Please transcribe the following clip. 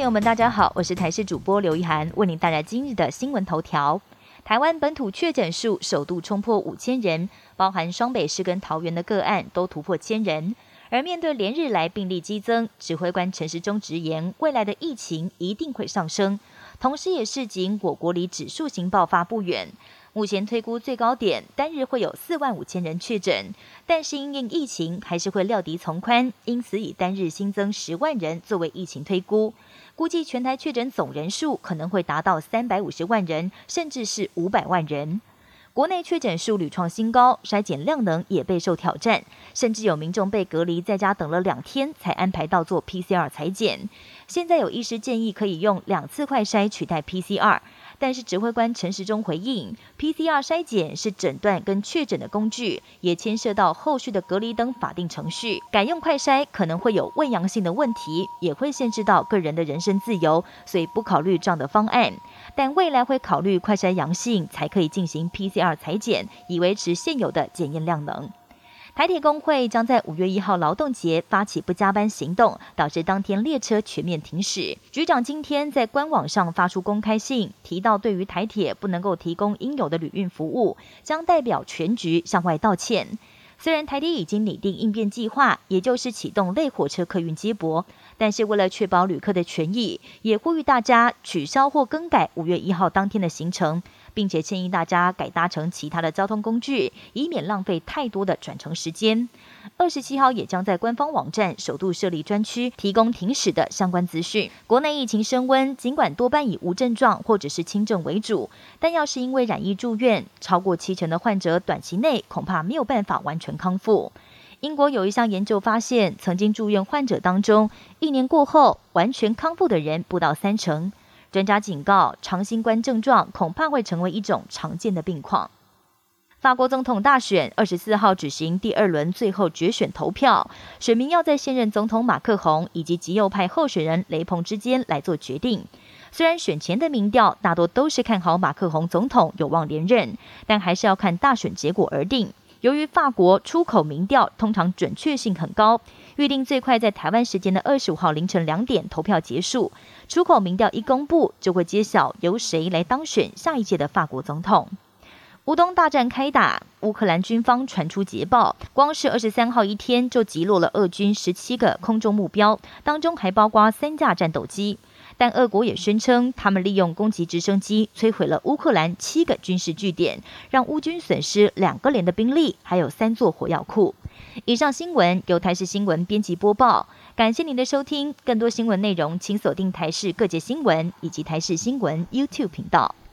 友们，大家好，我是台视主播刘一涵，为您带来今日的新闻头条。台湾本土确诊数首度冲破5000人，包含双北市跟桃园的个案都突破1000人。而面对连日来病例激增，指挥官陈时中直言，未来的疫情一定会上升，同时也示警我国离指数型爆发不远。目前推估最高点单日会有45000人确诊，但是因应疫情还是会料敌从宽，因此以单日新增10万人作为疫情推估，估计全台确诊总人数可能会达到350万人，甚至是500万人。国内确诊数屡创新高，筛检量能也备受挑战，甚至有民众被隔离在家等了2天才安排到做 PCR 采检。现在有医师建议可以用2次快筛取代 PCR， 但是指挥官陈时中回应 ，PCR 筛检是诊断跟确诊的工具，也牵涉到后续的隔离等法定程序，改用快筛可能会有伪阳性的问题，也会限制到个人的人身自由，所以不考虑这样的方案。但未来会考虑快筛阳性才可以进行 PCR 采检，以维持现有的检验量能。台铁工会将在5月1号劳动节发起不加班行动，导致当天列车全面停驶。局长今天在官网上发出公开信，提到对于台铁不能够提供应有的旅运服务，将代表全局向外道歉。虽然台铁已经拟定应变计划，也就是启动类火车客运接驳，但是为了确保旅客的权益，也呼吁大家取消或更改5月1号当天的行程，并且建议大家改搭乘其他的交通工具，以免浪费太多的转乘时间。27号也将在官方网站首度设立专区，提供停驶的相关资讯。国内疫情升温，尽管多半以无症状或者是轻症为主，但要是因为染疫住院，超过70%的患者短期内恐怕没有办法完全康复。英国有一项研究发现，曾经住院患者当中，1年过后完全康复的人不到30%。专家警告，长新冠症状恐怕会成为一种常见的病况。法国总统大选24号举行第2轮最后决选投票，选民要在现任总统马克宏以及极右派候选人雷朋之间来做决定。虽然选前的民调大多都是看好马克宏总统有望连任，但还是要看大选结果而定。由于法国出口民调通常准确性很高，预定最快在台湾时间的25号凌晨2点投票结束。出口民调一公布，就会揭晓由谁来当选下一届的法国总统。乌东大战开打，乌克兰军方传出捷报，光是23号一天就击落了俄军17个空中目标，当中还包括3架战斗机。但俄国也宣称，他们利用攻击直升机摧毁了乌克兰7个军事据点，让乌军损失2个连的兵力，还有3座火药库。以上新闻由台视新闻编辑播报，感谢您的收听。更多新闻内容，请锁定台视各界新闻以及台视新闻 YouTube 频道。